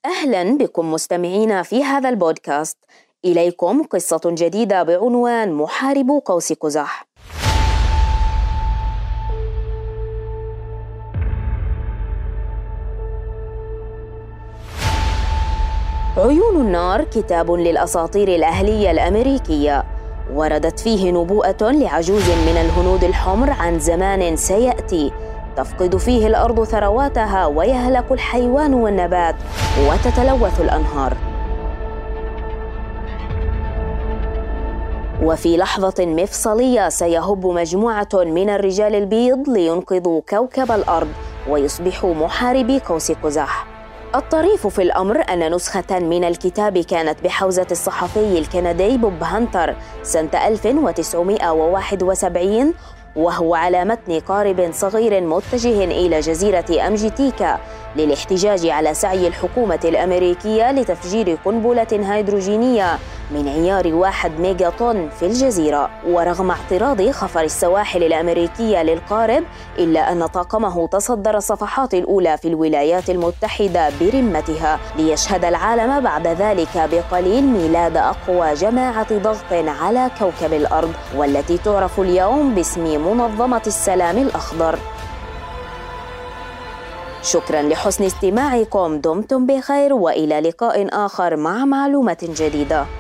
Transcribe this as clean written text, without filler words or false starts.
أهلا بكم مستمعينا في هذا البودكاست. إليكم قصة جديدة بعنوان محاربو قوس قزح. عيون النار كتاب للأساطير الأهلية الأمريكية، وردت فيه نبوءة لعجوز من الهنود الحمر عن زمان سيأتي تفقد فيه الأرض ثرواتها ويهلك الحيوان والنبات وتتلوث الأنهار. وفي لحظة مفصلية سيهب مجموعة من الرجال البيض لينقذوا كوكب الأرض ويصبحوا محاربي قوس قزح. الطريف في الأمر أن نسخة من الكتاب كانت بحوزة الصحفي الكندي بوب هانتر سنة 1971، وهو على متن قارب صغير متجه إلى جزيرة أمجيتيكا للاحتجاج على سعي الحكومة الأمريكية لتفجير قنبلة هيدروجينية من عيار 1 ميجا طن في الجزيرة. ورغم اعتراض خفر السواحل الأمريكية للقارب، إلا أن طاقمه تصدر الصفحات الأولى في الولايات المتحدة برمتها، ليشهد العالم بعد ذلك بقليل ميلاد أقوى جماعة ضغط على كوكب الأرض، والتي تعرف اليوم باسم منظمة السلام الأخضر. شكرا لحسن استماعكم، دمتم بخير، وإلى لقاء آخر مع معلومة جديدة.